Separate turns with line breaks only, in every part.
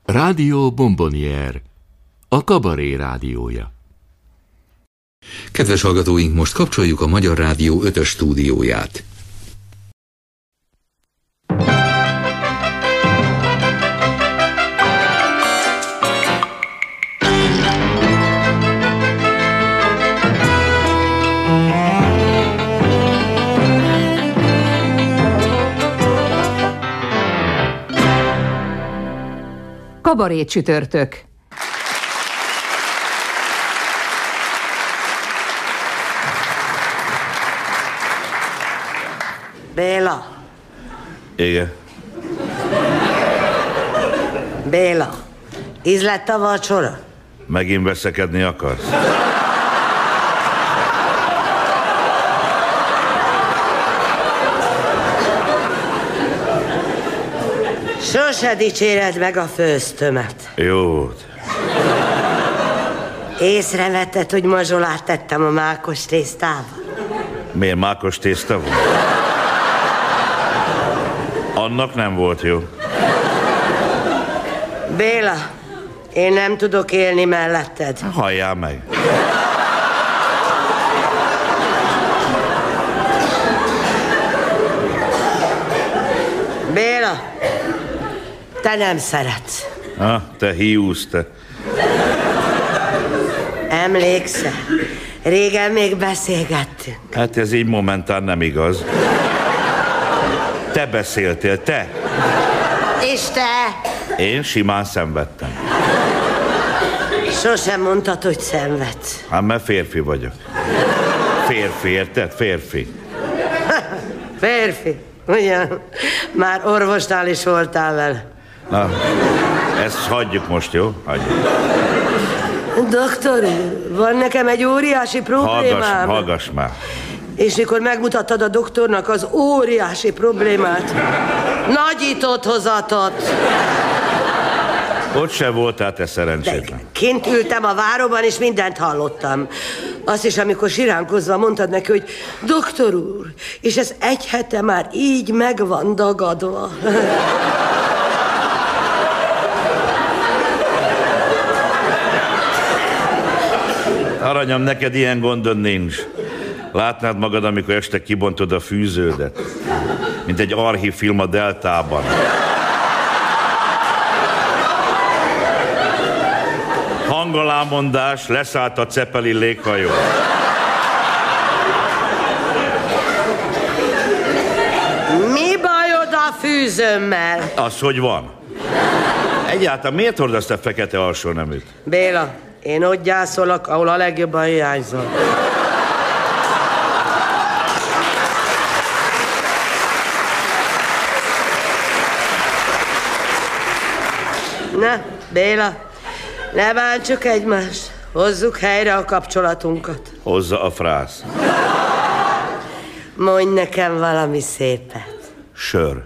Rádió Bombonier, a kabaré rádiója.
Kedves hallgatóink, most kapcsoljuk a Magyar Rádió 5-ös stúdióját.
Kabaré csütörtök.
Béla.
Igen.
Béla, íz lett a vacsora?
Megint veszekedni akarsz?
Sose dicséred meg a főztömet.
Jót.
Észrevetted, hogy mazsolát tettem a mákos tésztába?
Miért mákos tészta volt? Annak nem volt jó.
Béla, én nem tudok élni melletted.
Halljál meg.
Béla, te nem szeretsz.
Te hiúz, te.
Emlékszel? Régen még beszélgettünk.
Hát ez így momentán nem igaz. Te beszéltél, te.
És te?
Én simán szenvedtem.
Sosem mondtad, hogy szenvedsz.
Hát mert férfi vagyok. Férfi, érted? Férfi.
Férfi, ugyan? Már orvosnál is voltál vele.
Na, ezt hagyjuk most, jó? Hagyjuk.
Doktor úr, van nekem egy óriási problémám.
Hallgass már.
És mikor megmutattad a doktornak az óriási problémát, nagyított hozatott.
Ott se voltál te szerencsétlen.
De kint ültem a váróban, és mindent hallottam. Azt is, amikor siránkozva mondtad neki, hogy doktor úr, és ez egy hete már így meg van dagadva.
Aranyom, neked ilyen gondod nincs. Látnád magad, amikor este kibontod a fűződet, mint egy archívfilm a Deltában. Hangalámondás, leszállt a Zeppelin léghajó.
Mi bajod a fűzőmmel?
Az, hogy van. Egyáltalán miért hordasz te fekete alsóneműt?
Béla, én ott gyászolok, ahol a legjobban hiányzol. Na, Béla, ne bántsuk egymást. Hozzuk helyre a kapcsolatunkat.
Hozza a frász.
Mondj nekem valami szépet.
Sör.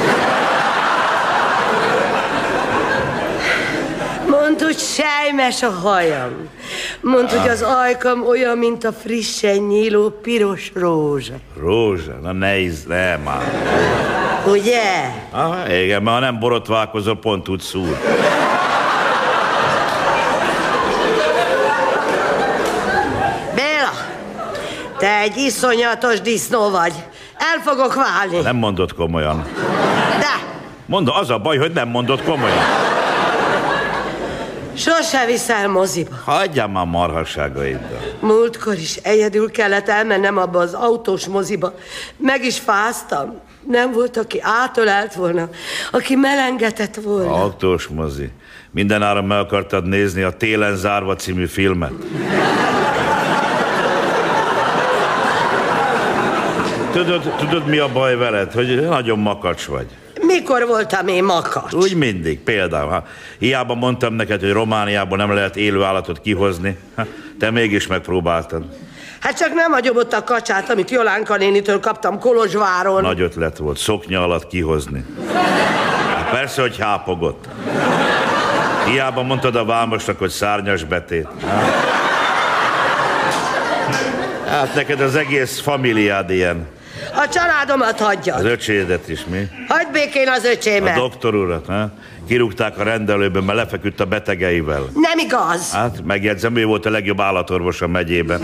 Mondd, hogy sejmes a hajam. Mondd, hogy az ajkam olyan, mint a frissen nyíló piros rózsa.
Rózsa? Na ne már.
Ugye?
Igen, mert ha nem borotválkozol, pont úgy szúr.
Béla, te egy iszonyatos disznó vagy. El fogok válni.
Nem mondod komolyan.
De!
Mondom, az a baj, hogy nem mondod komolyan.
Sose viszel moziba.
Hagyjál már marhasságaiddal.
Múltkor is egyedül kellett elmennem abba az autós moziba. Meg is fáztam. Nem volt, aki átölelt volna, aki melengetett volna.
Autós mozi. Mindenáron meg akartad nézni a Télen zárva című filmet. Tudod, mi a baj veled? Hogy nagyon makacs vagy.
Mikor voltam én makacs?
Úgy mindig, például. Hiába mondtam neked, hogy Romániából nem lehet élő állatot kihozni. Te mégis megpróbáltad.
Hát csak nem hagyom ott a kacsát, amit Jolánka nénitől kaptam Kolozsváron.
Nagy ötlet volt, szoknya alatt kihozni. Hát persze, hogy hápogott. Hiába mondtad a vámosnak, hogy szárnyas betét. Hát neked az egész familiád ilyen.
A családomat hagyjad.
Az öcsédet is, mi?
Hagyd békén az öcsémet.
A doktor urat, ha? Kirúgták a rendelőben, mert lefeküdt a betegeivel.
Nem igaz.
Hát, megjegyzem, ő volt a legjobb állatorvos a megyében.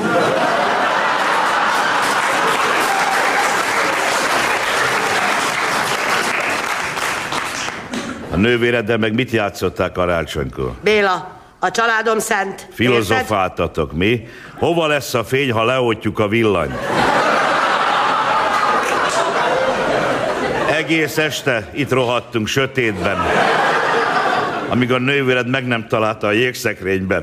A nővéreddel meg mit játszották karácsonykor?
Béla, a családom szent.
Filozofáltatok, mi? Hova lesz a fény, ha leoltjuk a villanyt? Egész este itt rohadtunk sötétben, amíg a nővéred meg nem találta a jégszekrényben.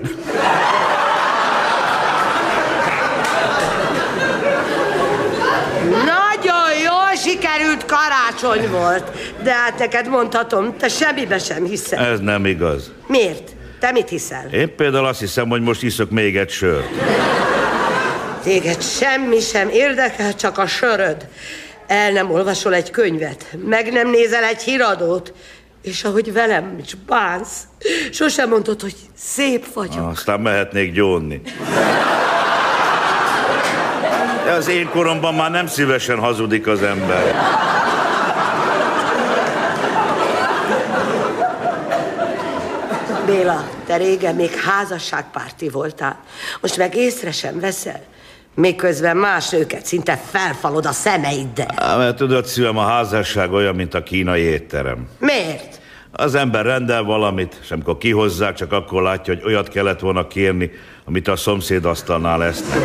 Nagyon jól sikerült karácsony volt. De hát neked mondhatom, te semmibe sem hiszel.
Ez nem igaz.
Miért? Te mit hiszel?
Én például azt hiszem, hogy most iszok még egy sört.
Téged semmi sem érdekel, csak a söröd. El nem olvasol egy könyvet, meg nem nézel egy híradót, és ahogy velem is bánsz, sosem mondod, hogy szép vagyok.
Aztán mehetnék gyónni. De az én koromban már nem szívesen hazudik az ember.
Béla, te régen még házasságpárti voltál, most meg észre sem veszel. Miközben más nőket szinte felfalod a szemeiddel.
Mert tudod, szívem, a házasság olyan, mint a kínai étterem.
Miért?
Az ember rendel valamit, és amikor kihozzák, csak akkor látja, hogy olyat kellett volna kérni, amit a szomszéd asztalnál esznek.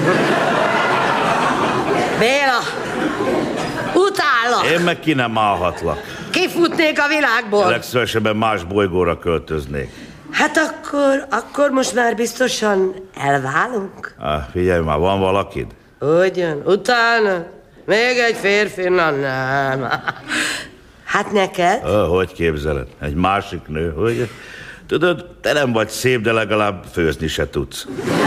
Béla, utállak!
Én meg ki nem állhatlak.
Kifutnék a világból.
Legszívesebben más bolygóra költöznék.
Hát akkor most már biztosan elválunk?
Figyelj már, van valakid?
Ugyan, utána? Még egy férfi? Na nem. Hát neked?
Hogy képzeled? Egy másik nő, hogy? Tudod, te nem vagy szép, de legalább főzni se tudsz.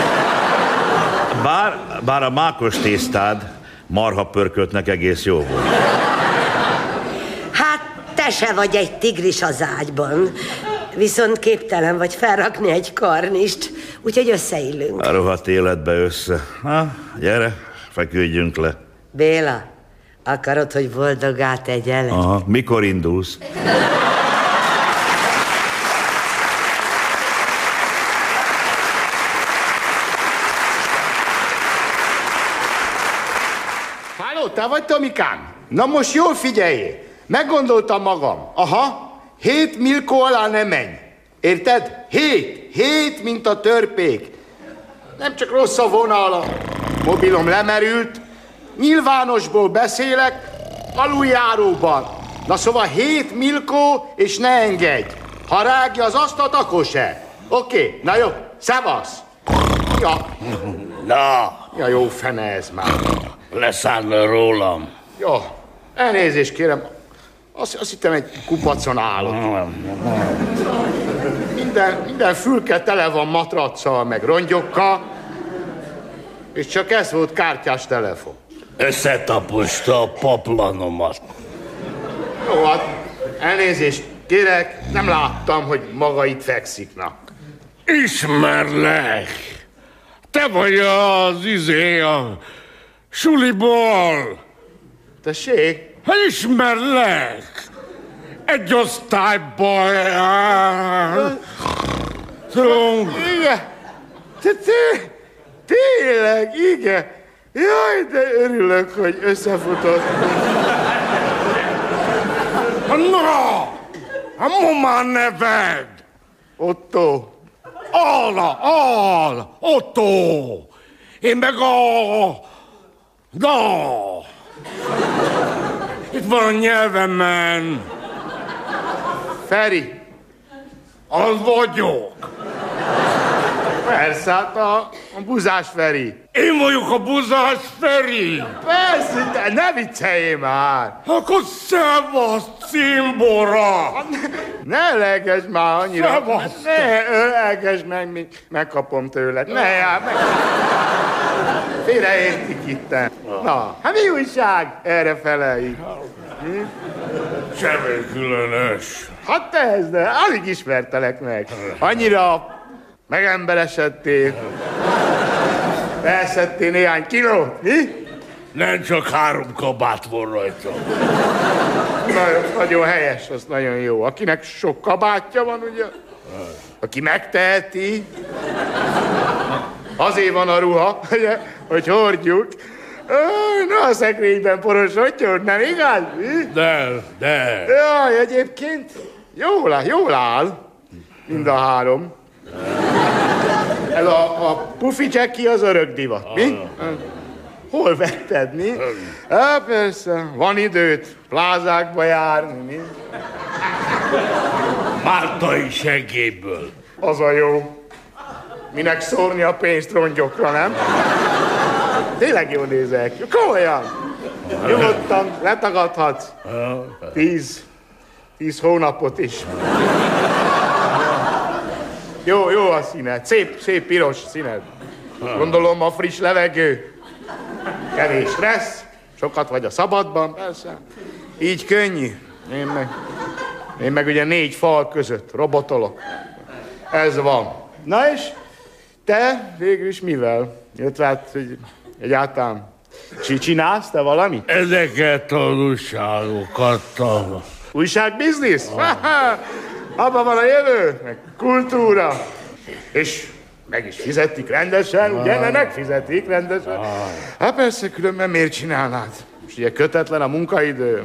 Bár a mákos tésztád marha pörköltnek egész jó volt.
Hát te se vagy egy tigris az ágyban. Viszont képtelen vagy felrakni egy karnist, úgyhogy összeillünk.
A rohadt életbe össze. Gyere, feküdjünk le.
Béla, akarod, hogy boldogá tegyelek?
Aha, mikor indulsz?
Háló, te vagy, Tomikám? Na most jól figyeljél. Meggondoltam magam. Aha, 7 milkó alá nem menj. Érted? 7, mint a törpék. Nem csak rossz a vonal, a mobilom lemerült. Nyilvánosból beszélek, aluljáróban. Na szóval 7 milkó, és ne engedj. Ha rágja az asztalt, akkor se. Oké, na jó, szevasz. Ja.
Na,
Ja, jó fene ez már.
leszállna rólam.
Jó, elnézést kérem. Azt hittem, egy kupacon állok. Minden fülke tele van matraccal, meg rongyokkal, és csak ez volt kártyás telefon.
Összetaposta a paplanomat.
Jó, hát elnézést kérek, nem láttam, hogy maga itt fekszik, na.
Ismerlek. Te vagy a suliból.
Tessék?
Hát ismerlek. Egy osztályban jártunk.
Igen. Tényleg, igen. Jaj, de örülök, hogy összefutott.
Na, a mama neved.
Otto.
Otto. Én meg itt van a nyelvemen.
Feri.
Az vagyok.
Persze, hát a buzás Feri.
Én vagyok a buzás Feri.
Persze, de ne vicceljél már.
Akkor szevasz, cimbora.
Ne legesd már annyira.
Szevasz.
Ne ölelgesd meg, megkapom tőled. Ne, hát meg... Félreértik itten. Na, hát mi újság? Erre felelj.
Semmi különös.
Hát tehetsz, de alig ismertelek meg. Annyira megemberesedtél. Elszedtél néhány kilót, mi?
Nem csak 3 kabát van rajta.
Nagyon helyes, az nagyon jó. Akinek sok kabátja van, ugye? Aki megteheti. Azért van a ruha, ugye, hogy hordjuk. Na, a szekrényben porosodjon, nem igaz?
De.
Jaj, egyébként jól áll. Mind a 3. Ez a pufi cseki az örök divat, mi? Hol vetted, mi? Persze, van időt plázákba járni, mi?
Mártai segélyből.
Az a jó. Minek szórni a pénzt rongyokra, nem? Tényleg jól nézek. Komolyan. Nyugodtan, letagadhatsz. 10 hónapot is. Jó a színed. Szép piros színed. Gondolom a friss levegő. Kevés stressz. Sokat vagy a szabadban, persze. Így könnyű. Én meg ugye 4 fal között robotolok. Ez van. Na és te végül is mivel? Jött hát, hogy egyáltalán csinálsz te valamit?
Ezeket az újságokat.
Újságbiznisz? Abban van a jövő, meg kultúra. És meg is fizetik rendesen, ugye? Mert megfizetik rendesen. Hát persze, különben miért csinálnád? És ugye kötetlen a munkaidő.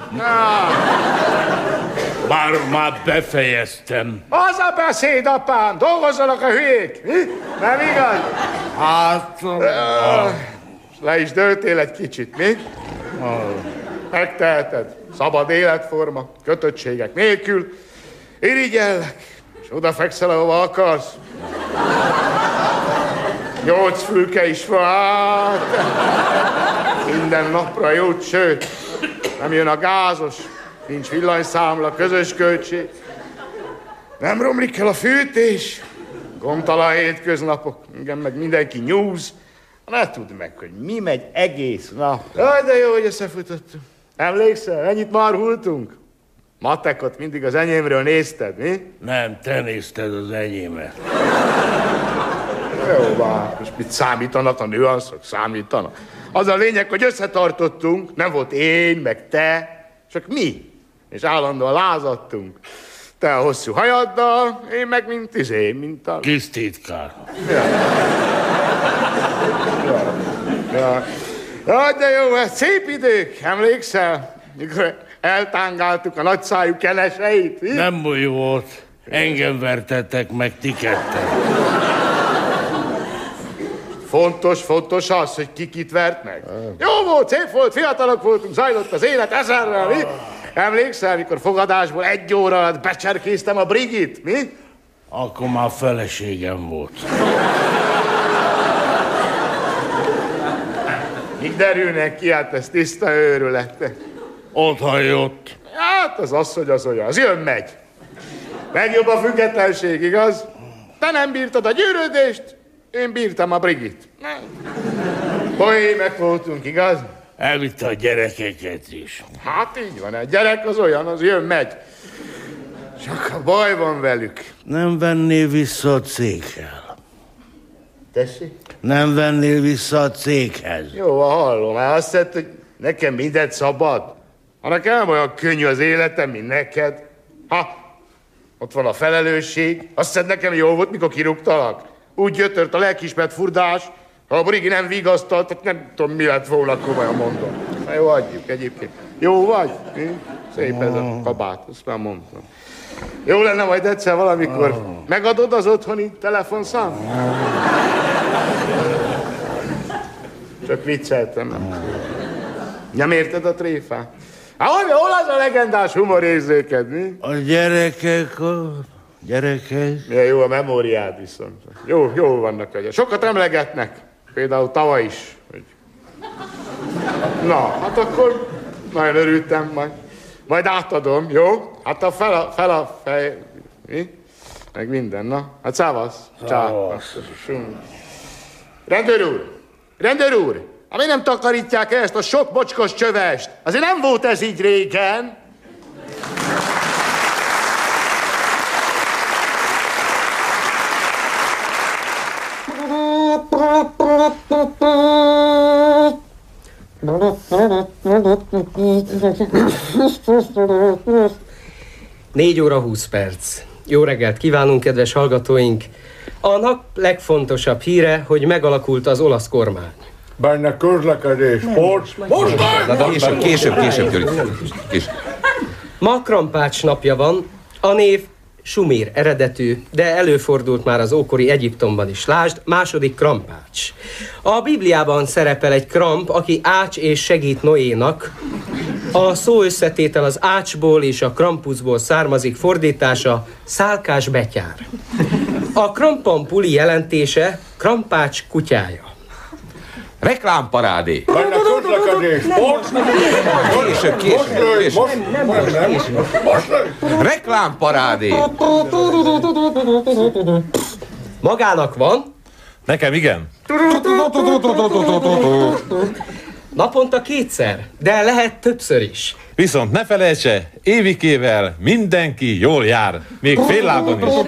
Már befejeztem.
Az a beszéd, apám! Dolgozzanak a hülyék! Mi? Nem igaz?
Hát...
Le is döltél egy kicsit, mi? Megteheted. Szabad életforma, kötöttségek nélkül. Irigyellek, és odafekszel, ahova akarsz. 8 fülke is van. Minden napra jót, sőt, nem jön a gázos, nincs villanyszámla, közös költség. Nem romlik el a fűtés. Gondtalan hétköznapok, igen, meg mindenki nyúz. Ne tudd meg, hogy mi megy egész nap. Jaj, de jó, hogy összefutottunk. Emlékszel, mennyit már hultunk? Matekot mindig az enyémről nézted, mi?
Nem, te nézted az enyémet.
Jó, van, most mit számítanak a nüanszok? Számítanak. Az a lényeg, hogy összetartottunk, nem volt én, meg te, csak mi. És állandóan lázadtunk. Te a hosszú hajaddal, én meg mint a...
Kis titkár.
Ja, de jó, hát szép idők, emlékszel? Mikor eltángáltuk a nagyszájú keneseit. Mi?
Nem jó volt. Engem vertettek meg ti ketten.
Fontos az, hogy ki kit vert meg. Jó volt, szép volt, fiatalok voltunk, zajlott az élet ezerrel, mi? Emlékszel, mikor fogadásból 1 óra alatt becserkéztem a Brigit, mi?
Akkor már feleségem volt.
Mik derülnek ki, hát ez tiszta őrület.
Ott hajott.
Hát az, hogy az olyan, az jön-megy. Legjobb a függetlenség, igaz? Te nem bírtad a gyűrődést, én bírtam a Brigit. Bohémek voltunk, igaz?
Elvitte a gyerekeket is.
Hát így van, a gyerek az olyan, az jön-megy. Csak a baj van velük.
Nem vennél vissza a céghez.
Tessék?
Nem vennél vissza a céghez.
Jó, hallom, hát azt hiszed, hogy nekem mindent szabad. Ha nekem olyan könnyű az életem, mint neked. Ott van a felelősség. Azt hiszed, nekem jó volt, mikor kirúgtalak. Úgy gyötört a lelkiismert furdás, ha a Brigi nem vigasztalt, tehát nem tudom, mi lett volna, komolyan mondom. Na jó, adjuk egyébként. Jó vagy? Szép ez a kabát, azt már mondtam. Jó lenne majd egyszer valamikor. Megadod az otthoni telefonszám? Csak vicceltem. Nem érted a tréfát? Hol az a legendás humorérzéked, mi?
A gyerekek.
Milyen jó a memóriád viszont. Jó vannak a gyerekek. Sokat emlegetnek. Például tavaly is. Na, hát akkor nagyon örültem, majd átadom, jó? Hát a fel a fej... Mi? Meg minden, na. Hát szávasz. Rendőr úr! Hát miért nem takarítják el ezt a sok mocskos csövest? Azért nem volt ez így régen.
4 óra 20 perc. Jó reggelt kívánunk, kedves hallgatóink! A nap legfontosabb híre, hogy megalakult az olasz kormány.
Benne közlekedés, sport. Most!
Később.
Ma Krampács napja van, a név sumér eredetű, de előfordult már az ókori Egyiptomban is. Lásd, második Krampács. A Bibliában szerepel egy kramp, aki ács és segít Noénak. A szó összetétel az ácsból és a krampuszból származik, fordítása szálkás betyár. A krampampuli jelentése Krampács kutyája.
Reklámparádé.
Benne közlekedés, sport.
Később.
Most.
Reklámparádé.
Magának van?
Nekem igen.
Naponta 2-szer, de lehet többször is.
Viszont ne felejtse, évikével mindenki jól jár. Még fél lábon is.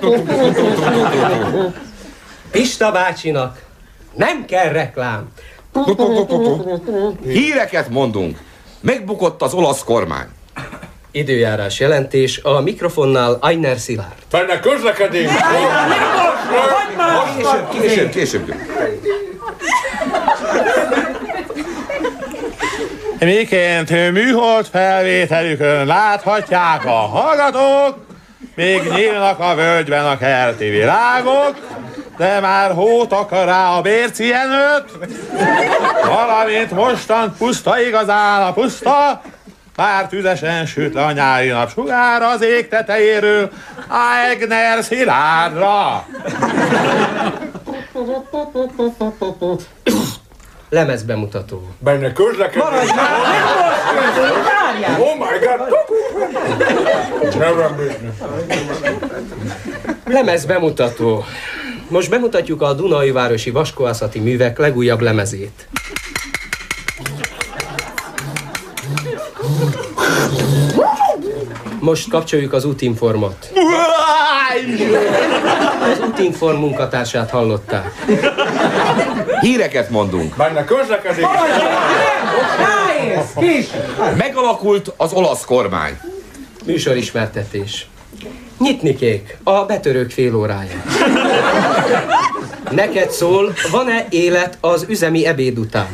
Pista bácsinak nem kell reklám.
Híreket mondunk. Megbukott az olasz kormány.
Időjárás jelentés, a mikrofonnál Ajner Szilárd.
Benne közlekedés,
Később.
Miként műhold felvételükön láthatják a hallgatók, még nyílnak a völgyben a kerti virágok, de már hót akar rá a bércienőt, valamint mostan puszta igazán a puszta, már tüzesen süt le a nyári napsugár az ég tetejéről Ajner Szilárdra.
Lemezbemutató.
Benne közlekedés. Oh my God!
Lemezbemutató. Most bemutatjuk a Dunajvárosi Vaskohászati Művek legújabb lemezét. Most kapcsoljuk az Útinformot. Az Útinform munkatársát hallották.
Híreket mondunk.
Benne közlekedés.
Megalakult az olasz kormány.
Műsorismertetés. Nyitnikék, a betörők fél órája. Neked szól, van-e élet az üzemi ebéd után?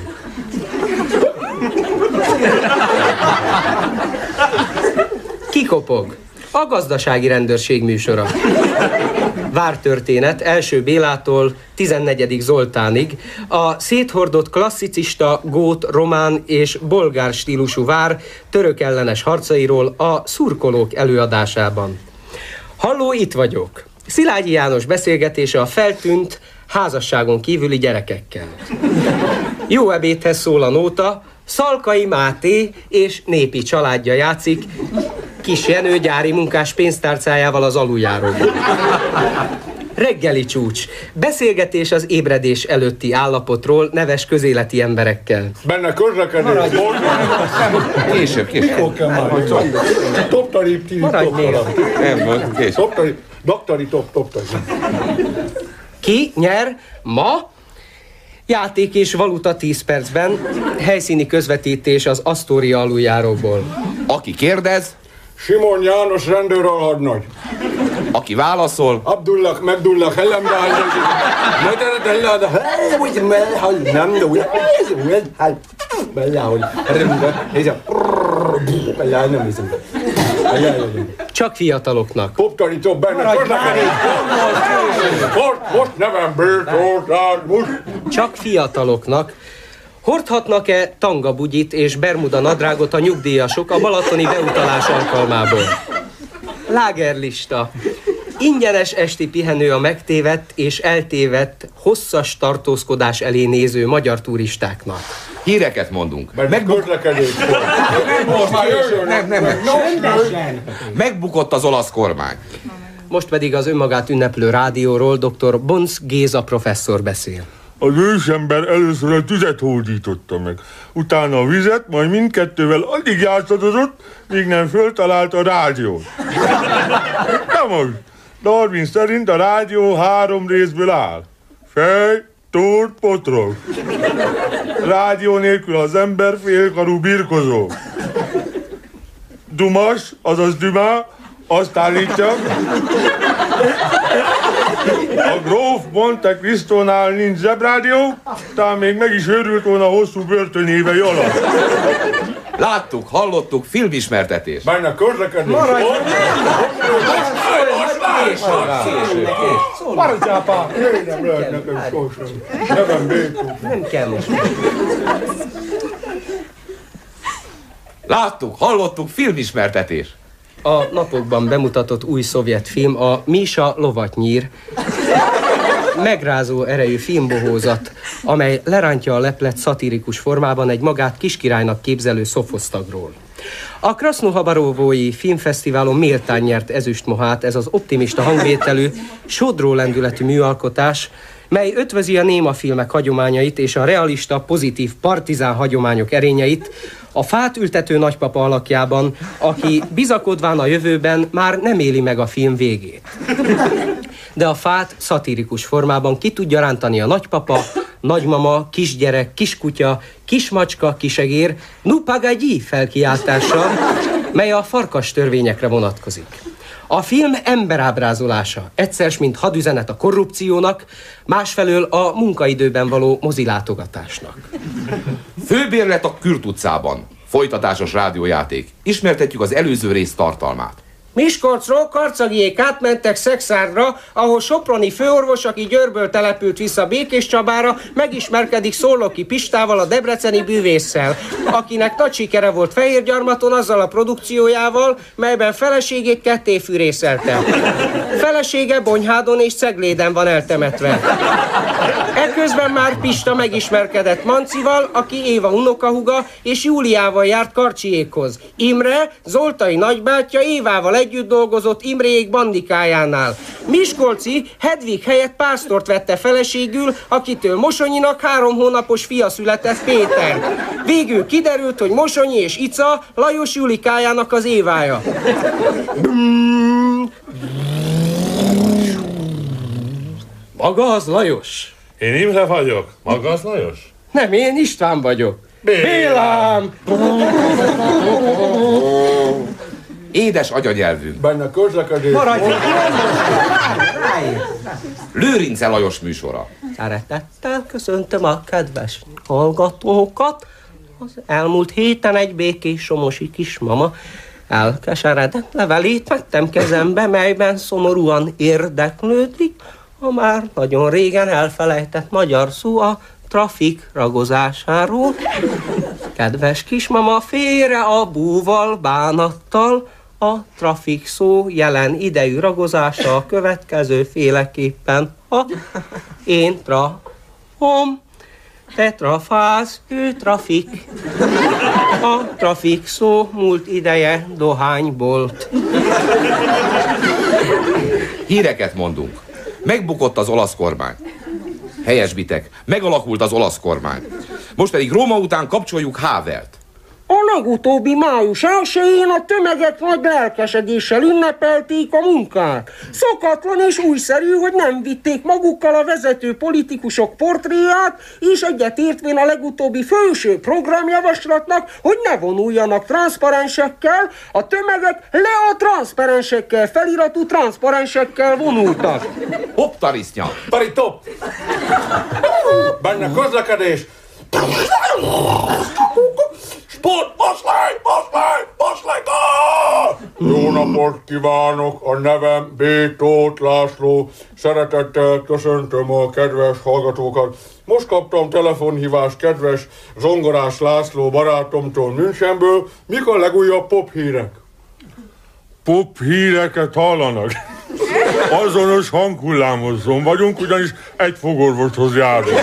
Kikopog. A gazdasági rendőrség műsora. Vártörténet első Bélától 14. Zoltánig a széthordott klasszicista, gót, román és bolgár stílusú vár török ellenes harcairól a szurkolók előadásában. Halló, itt vagyok. Szilágyi János beszélgetése a feltűnt házasságon kívüli gyerekekkel. Jó ebédhez szól a nóta, Szalkai Máté és népi családja játszik Kis Jenő gyári munkás pénztárcájával az aluljáróban. Reggeli csúcs. Beszélgetés az ébredés előtti állapotról neves közéleti emberekkel.
Benne közlekedés.
Később.
Mikor kell már? Toptari.
Nem volt, később.
Toptari.
Ki nyer ma? Játék és valuta 10 percben, helyszíni közvetítés az Asztória aluljáróból.
Aki kérdez,
Simon János rendőr alhadnagy.
aki válaszol,
Abdullah, Megdullah,
Csak fiataloknak.
Toptari top benne közlekedés. Most November,
Csak fiataloknak. Hordhatnak-e tangabugyit és bermuda nadrágot a nyugdíjasok a balatoni beutalás alkalmából? Lágerlista. Ingyenes esti pihenő a megtévedt és eltévedt, hosszas tartózkodás elé néző magyar turistáknak.
híreket mondunk.
Közlekedés.
Megbukott az olasz kormány.
Most pedig az önmagát ünneplő rádióról dr. Bonc Géza professzor beszél.
Az ősember először a tüzet hódította meg, utána a vizet, majd mindkettővel addig játszadozott, míg nem föltalálta a rádiót. Na most, Darwin szerint a rádió 3 részből áll. Fej, tót, potrok. Rádió nélkül az ember félkarú birkozó. Dumas, azaz Dumas, azt állítja, a gróf Monte Cristónál nincs zsebrádió, talán még meg is őrült volna hosszú börtönévei alatt.
Láttuk, hallottuk, filmismertetés.
Benne közlekedés.
Maradj!
Maradj, apá! Nem lehet nekem sosem. Nevem Bétó.
Nem kell most.
Láttuk, hallottuk, filmismertetés.
A napokban bemutatott új szovjet film a Mísa Lovatnyír. Megrázó erejű filmbohózat, amely lerántja a leplet szatirikus formában egy magát kiskirálynak képzelő szofosztagról. A Krasznohabarovói filmfesztiválon méltán nyert ezüstmohát ez az optimista hangvételű, sodró lendületű műalkotás, mely ötvözi a némafilmek hagyományait és a realista, pozitív partizán hagyományok erényeit a fát ültető nagypapa alakjában, aki bizakodván a jövőben már nem éli meg a film végét. De a fát szatirikus formában ki tudja rántani a nagypapa, nagymama, kisgyerek, kiskutya, kismacska, kisegér, nupagagyi felkiáltással, mely a farkas törvényekre vonatkozik. A film emberábrázolása, egyszer mint hadüzenet a korrupciónak, másfelől a munkaidőben való mozilátogatásnak.
Főbérlet a Kürt utcában. Folytatásos rádiójáték. Ismertetjük az előző rész tartalmát.
Miskolcról Karcagiék átmentek Szexárdra, ahol soproni főorvos, aki Győrből települt vissza Békéscsabára, megismerkedik Szolnoki Pistával, a debreceni bűvésszel, akinek nagy sikere volt Fehérgyarmaton azzal a produkciójával, melyben feleségét ketté fűrészelte. Felesége Bonyhádon és Cegléden van eltemetve. Ekközben már Pista megismerkedett Mancival, aki Éva unokahúga, és Júliával járt Karcsiékhoz. Imre, Zoltai nagybátyja Évával együtt dolgozott Imréjék bandikájánál. Miskolci Hedvig helyett pásztort vette feleségül, akitől Mosonyinak 3 hónapos fia született, Péter. Végül kiderült, hogy Mosonyi és Ica Lajos Julikájának az Évája. Maga az Lajos?
Én Imre vagyok. Maga az Lajos?
Nem, én István vagyok. Bélám!
Édes anyanyelvünk.
Benne közlekedés.
Maradj!
Lőrince Lajos műsora.
Szeretettel köszöntöm a kedves hallgatókat. Az elmúlt héten egy békés somosi kismama elkeseredett levelét vettem kezembe, melyben szomorúan érdeklődik a már nagyon régen elfelejtett magyar szó a trafik ragozásáról. Kedves kismama, félre a búval bánattal, a trafik szó jelen idejű ragozása a következő féleképpen. Ha én trafom, te trafáz, ő trafik. A trafik szó múlt ideje dohánybolt.
Híreket mondunk. Megbukott az olasz kormány. Helyesbitek, megalakult az olasz kormány. Most pedig Róma után kapcsoljuk Hávert.
A legutóbbi május 1-én a tömegek nagy lelkesedéssel ünnepelték a munkát. Szokatlan és újszerű, hogy nem vitték magukkal a vezető politikusok portréját, és egyetértvén a legutóbbi felső programjavaslatnak, hogy ne vonuljanak transzparensekkel, a tömegek le a transzparensekkel feliratú transzparensekkel vonultak.
Hopp, tarisznya!
Taritop! Benne közlekedés! Sport, moszlány! Jó napot kívánok! A nevem B. Tóth László. Szeretettel köszöntöm a kedves hallgatókat. Most kaptam telefonhívást kedves Zongorás László barátomtól Münchenből. Mik a legújabb pop hírek? Pop híreket hallanak? Azonos hanghullámozzon vagyunk, ugyanis egy fogorvoshoz járunk.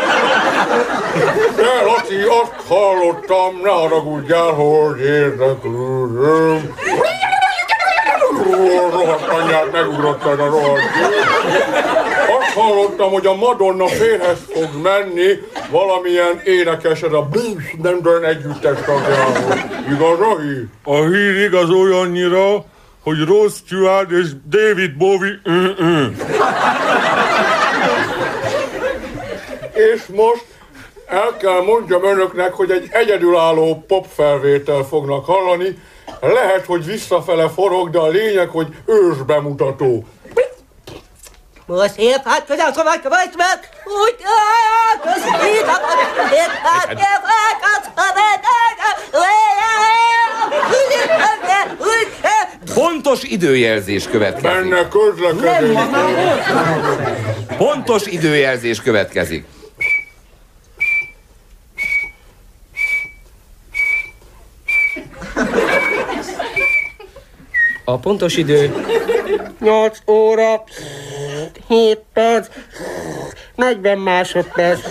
De Laci, azt hallottam, ne haragudjál, hogy érdeklődöm. Rohadt anyját, megugrottad a rohadt. Azt hallottam, hogy a Madonna férhez fog menni valamilyen énekesed a Blues Band együttes tagjához. Igaz a hír? A hír igaz olyannyira, hogy Rod Stewart és David Bowie És most el kell mondjam önöknek, hogy egy egyedülálló pop felvétel fognak hallani. Lehet, hogy visszafele forog, de a lényeg, hogy ősbemutató.
Most szép, hát közel tovább, vagy meg, úgy
Pontos időjelzés következik.
Benne közlekedés.
Pontos időjelzés következik.
A pontos idő
8 óra, 7 perc, 40 másodperc.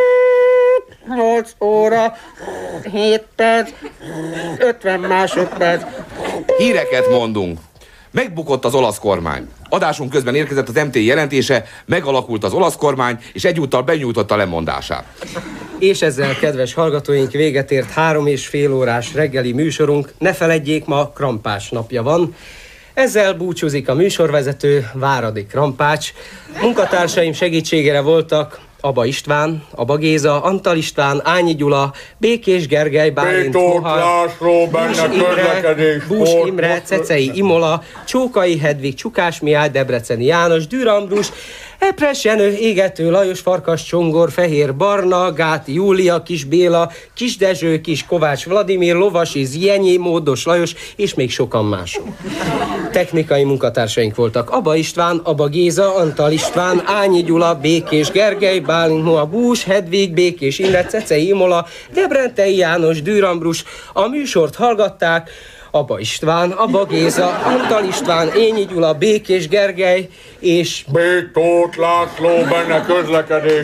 8 óra, 7 perc, 50 másodperc.
Híreket mondunk. Megbukott az olasz kormány. Adásunk közben érkezett az MT jelentése, megalakult az olasz kormány, és egyúttal benyújtotta lemondását.
És ezzel, kedves hallgatóink, véget ért 3,5 órás reggeli műsorunk. Ne feledjék, ma Krampás napja van. Ezzel búcsúzik a műsorvezető, Váradi Krampács. Munkatársaim segítségére voltak Aba István, Aba Géza, Antal István, Ányi Gyula, Békés Gergely, Bálint Mohar, Bús Imre, Cecei Imola, Csókai Hedvig, Csukás Mihály, Debreceni János, Dűr Ambrus, Epres Jenő, Égető Lajos, Farkas Csongor, Fehér Barna, Gáti Júlia, Kis Béla, Kis Dezső, Kis Kovács Vladimir, Lovasi Zjenyi, Módos Lajos, és még sokan mások. Technikai munkatársaink voltak Aba István, Aba Géza, Antal István, Ányi Gyula, Békés Gergely, Bálint Mohar, Bús, Hedvig, Békés Imre, Cecei Imola, Debreceni János, Dűr Ambrus. A műsort hallgatták Aba István, Aba Géza, Antal István, Ényi Gyula, Békés Gergely és
Tóth László, benne közlekedés.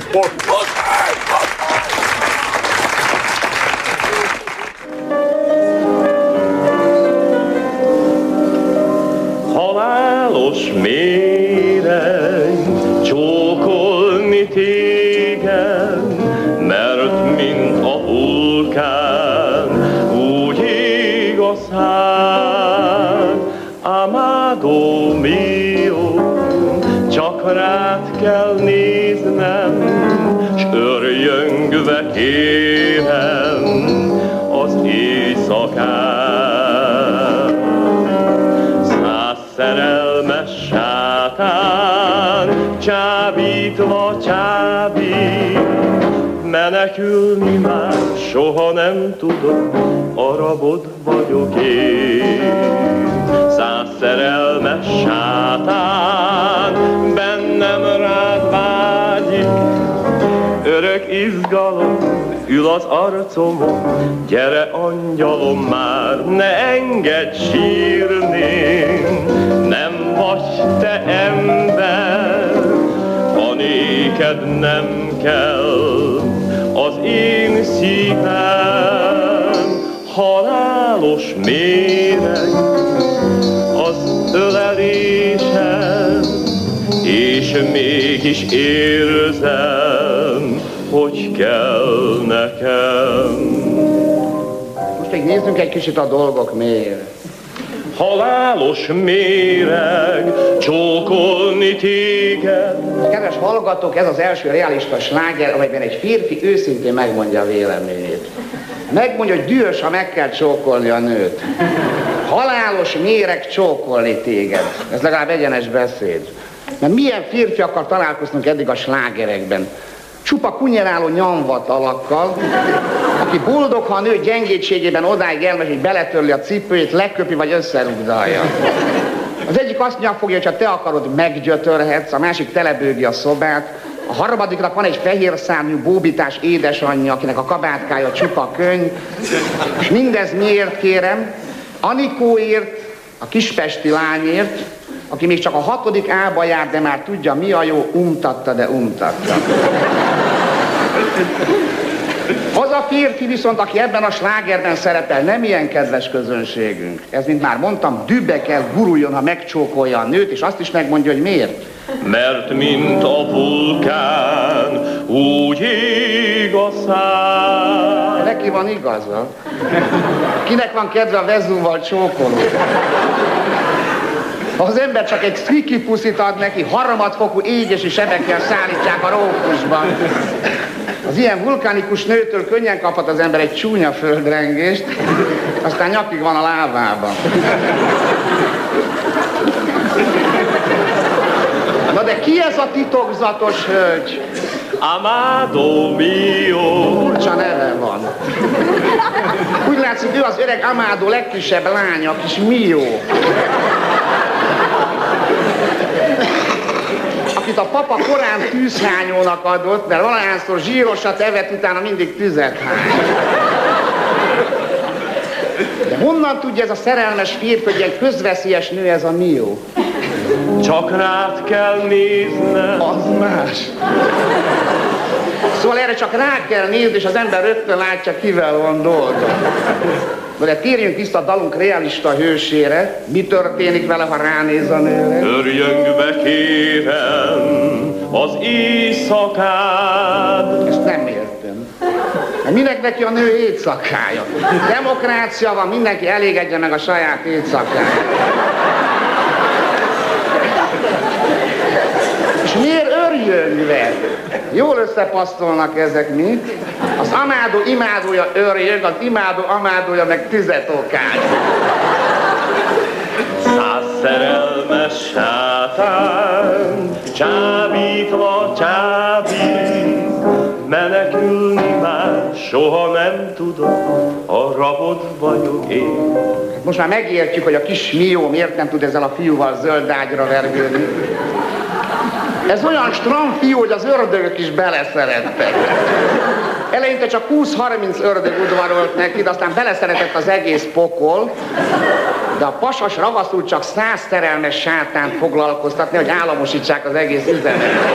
Halálos méreg, csókolni téged, mert mint a vulkán, úgy ég a szád. Amado mio, csak rád kell néznem, s örjöngve kérem az éjszakát. Szerelmes sátán, csábítva csábít, menekülni már soha nem tudok, a rabod vagyok én. 100 szerelmes sátán, bennem rád vágyik, örök izgalom ül az arcomon, gyere angyalom már, ne engedd sírni, nem vagy te ember, ha néked nem kell az én szívem. Halálos méreg az ölelésem, és mégis érzem, hogy kell nekem.
Most még nézzünk egy kicsit a dolgok miért.
Halálos méreg, csókolni téged.
Kedves hallgatók, ez az első realista sláger, amelyben egy férfi őszintén megmondja a véleményét. Megmondja, hogy dühös, ha meg kell csókolni a nőt. Halálos méreg, csókolni téged. Ez legalább egyenes beszéd. Mert milyen férfiakkal találkoztunk eddig a slágerekben? Csupa kunyeráló nyomvat alakkal, aki boldog, ha a nő gyengétségében odáig elmegy, hogy beletörli a cipőjét, leköpi vagy összerugdalja. Az egyik azt nyafogja, hogy ha te akarod, meggyötörhetsz, a másik telebőgi a szobát, a harmadiknak van egy fehér szárnyú bóbitás édesanyja, akinek a kabátkája csupa könyv. És mindez miért, kérem? Anikóért, a kispesti lányért, aki még csak a 6. A-ba jár, de már tudja, mi a jó, untatta, de untatta. Az a férfi viszont, aki ebben a slágerben szerepel, nem ilyen kedves közönségünk. Ez, mint már mondtam, dühbe kell guruljon, ha megcsókolja a nőt, és azt is megmondja, hogy miért.
Mert mint a vulkán, úgy ég a szár.
Neki van igaza. Kinek van kedve a Vezúval csókolni? Ha az ember csak egy sziki puszit ad neki, harmadfokú égési sebekkel szállítják a rókusban. Az ilyen vulkanikus nőtől könnyen kaphat az ember egy csúnya földrengést, aztán nyakig van a lábában. Na de ki ez a titokzatos hölgy?
Amado mio.
Furcsa neve van. Úgy látszik, ő az öreg Amado legkisebb lánya, a kis Mio. Akit a papa korán tűzhányónak adott, mert valahányszor zsírosat evett, utána mindig tüzet hány. De honnan tudja ez a szerelmes férfi, hogy egy közveszélyes nő ez a Mio?
Csak rád kell néznem.
Az más. Szóval erre csak rá kell nézni, és az ember rögtön látja, kivel van dolga. De térjünk vissza a dalunk realista hősére. Mi történik vele, ha ránéz a nőre?
Örjöngve kérem az éjszakát.
Ezt nem értem. Minek neki a nő éjszakája? Demokrácia van, mindenki elégedje meg a saját éjszakáját. És miért örjöngve? Jól összepasztolnak ezek mi? Az amádó imádója örjöng, az imádó amádója meg tüzet okál.
100 szerelmes sátán, csábítva csábít, menekülni már soha nem tudok, a rabod vagyok én.
Most már megértjük, hogy a kis Mio miért nem tud ezzel a fiúval zöld ágyra vergődni. Ez olyan stram fiú, hogy az ördögök is beleszerettek. Eleinte csak 20-30 ördög udvarolt neki, de aztán beleszeretett az egész pokol, de a pasas ravaszul csak 100 szerelmes sátánt foglalkoztatni, hogy államosítsák az egész üzenetet.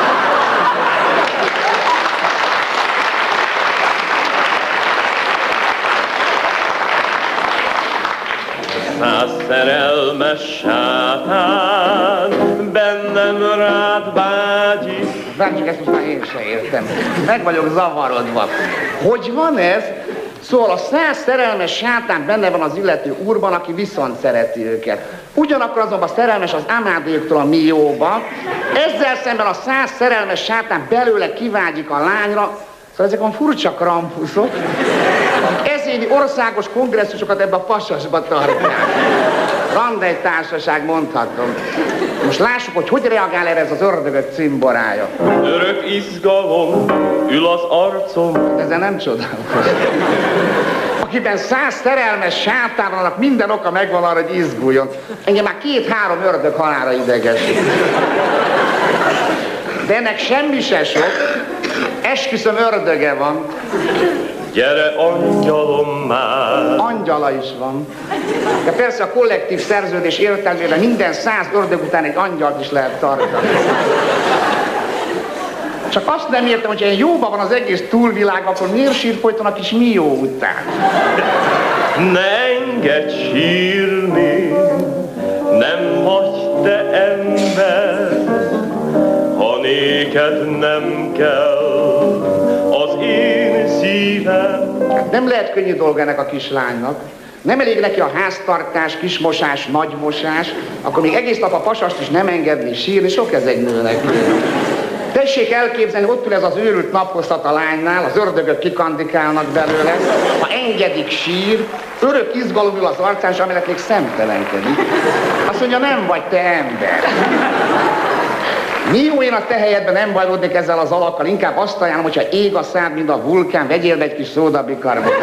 Szerelmes sátán, bennem rád vágyik.
Várj, ezt most már én se értem. Meg vagyok zavarodva. Hogy van ez? Szóval a 100 szerelmes sátán benne van az illető úrban, aki viszont szereti őket. Ugyanakkor azonban szerelmes az amádéktól a Mióba. Ezzel szemben a 100 szerelmes sátán belőle kivágyik a lányra. Szóval ezek van furcsa krampuszok. Ezévi országos kongresszusokat ebbe a pasasba tartják. Randej társaság, mondhatom. Most lássuk, hogy reagál erre ez az ördögök cimborája.
Örök izgalom ül az arcom.
Ezzel nem csodálkozom. Akiben 100 szerelmes sátán van, annak minden oka megvan arra, hogy izguljon. Engem már 2-3 ördög halálra idegesít. De ennek semmi se sok. Esküszöm, ördöge van.
Gyere, angyalom már!
Angyala is van. De persze a kollektív szerződés értelmében minden 100 ördög után egy angyalt is lehet tartani. Csak azt nem értem, hogy ilyen jóban van az egész túlvilág, akkor miért sír folyton a kis Mio után?
Ne engedj sírni, nem vagy te ember, ha néked nem kell az én szívem.
Hát nem lehet könnyű dolga ennek a kislánynak. Nem elég neki a háztartás, kismosás, nagymosás, akkor még egész nap a pasast is nem engedni sírni, sok ez egy nőnek. Tessék elképzelni, ott ül ez az őrült naphoztat a lánynál, az ördögök kikandikálnak belőle, ha engedik sír, örök izgalom ül az arcán, és amellett még szemtelenkedik. Azt mondja, nem vagy te ember. Mió, én a te helyedben nem bajlódnék ezzel az alakkal, inkább azt ajánlom, hogyha ég a szád, mint a vulkán, vegyél be egy kis szódabikarbonát.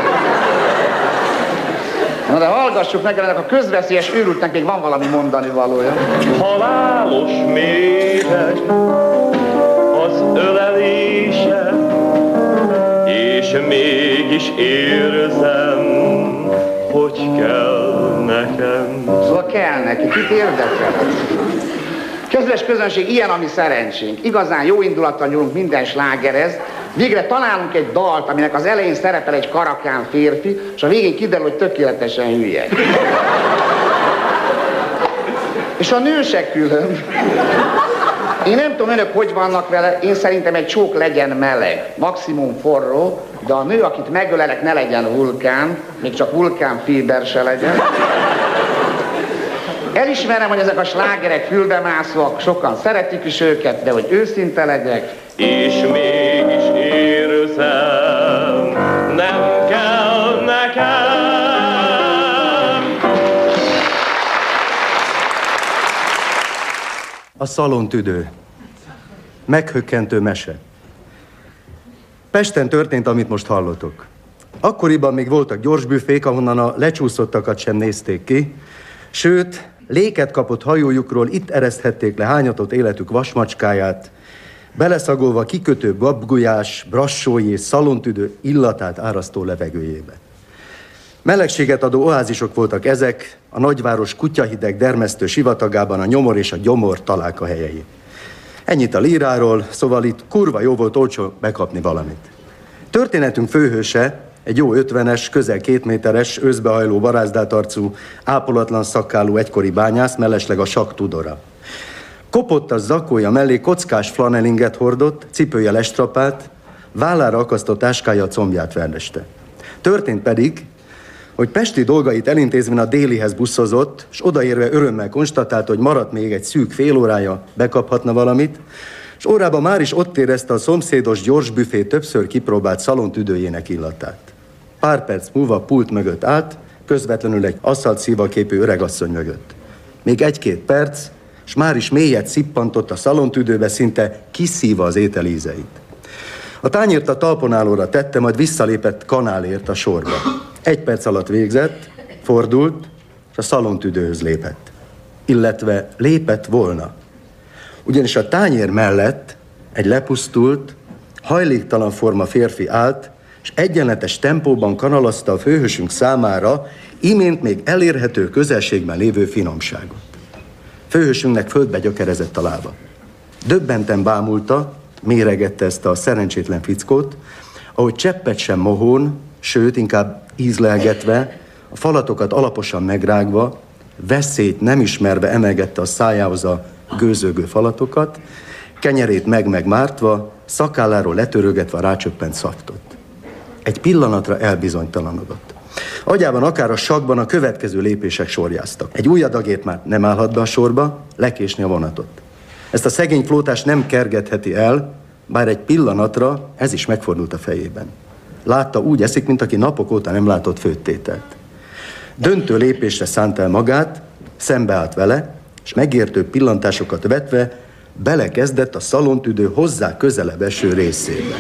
Na de hallgassuk meg, ennek a közveszélyes őrültnek még van valami mondani valója.
Halálos méreg az ölelése, és mégis érzem, hogy kell nekem.
Szóval kell neki, kit érdekel? Kedves közönség, ilyen a mi szerencsénk. Igazán jó indulattal nyúlunk minden slágerhez. Végre találunk egy dalt, aminek az elején szerepel egy karakán férfi, és a végén kiderül, hogy tökéletesen hülye. És a nő se külön. Én nem tudom, önök hogy vannak vele, én szerintem egy csók legyen meleg, maximum forró, de a nő, akit megölelek, ne legyen vulkán, még csak vulkánféber se legyen. Elismerem, hogy ezek a slágerek fülbemászóak, sokan szeretik is őket, de hogy őszinte legyek.
És mégis érzem, érzem, nem kell nekem.
A szalontüdő. Meghökkentő mese. Pesten történt, amit most hallotok. Akkoriban még voltak gyorsbüfék, ahonnan a lecsúszottakat sem nézték ki, sőt, léket kapott hajójukról itt ereszthették le hányatott életük vasmacskáját, beleszagolva kikötő babgulyás, brassói és szalontüdő illatát árasztó levegőjébe. Melegséget adó oázisok voltak ezek, a nagyváros kutyahideg dermesztő sivatagában a nyomor és a gyomor találkahelyei. Ennyit a líráról, szóval itt kurva jó volt olcsó bekapni valamit. Történetünk főhőse egy jó 50-es, közel 2 méteres, őszbehajló, barázdát arcú, ápolatlan szakkálú egykori bányász, mellesleg a Sak Tudora. Kopottas zakója mellé kockás flanelinget hordott, cipője lestrapált, vállára akasztott táskája a combját verdeste. Történt pedig, hogy pesti dolgait elintézvén a Délihez buszozott, és odaérve örömmel konstatált, hogy maradt még egy szűk fél órája, bekaphatna valamit, és órában már is ott érezte a szomszédos gyorsbüfé többször kipróbált szalontüdőjének illatát. Pár perc múlva pult mögött állt, közvetlenül egy aszalt szívaképű öregasszony mögött. Még 1-2 perc, és már is mélyet szippantott a szalontüdőbe, szinte kiszívva az étel ízeit. A tányért a talponálóra tette, majd visszalépett kanálért a sorba. 1 perc alatt végzett, fordult, és a szalontüdőhöz lépett. Illetve lépett volna. Ugyanis a tányér mellett egy lepusztult, hajléktalan forma férfi állt, és egyenletes tempóban kanalazta a főhősünk számára imént még elérhető közelségben lévő finomságot. Főhősünknek földbe gyökerezett a lába. Döbbenten bámulta, méregette ezt a szerencsétlen fickót, ahogy cseppet sem mohón, sőt, inkább ízlelgetve, a falatokat alaposan megrágva, veszélyt nem ismerve emelgette a szájához a gőzögő falatokat, kenyerét meg-megmártva, szakálláról letörögetve a rácsöppent szaftot. Egy pillanatra elbizonytalanodott. Agyában akár a sakban a következő lépések sorjáztak. Egy ujjadagért már nem állhat be a sorba, lekésni a vonatot. Ezt a szegény flótást nem kergetheti el, bár egy pillanatra ez is megfordult a fejében. Látta, úgy eszik, mint aki napok óta nem látott főttételt. Döntő lépésre szánt el magát, szembeállt vele, és megértő pillantásokat vetve belekezdett a szalontüdő hozzá közelebb eső részébe.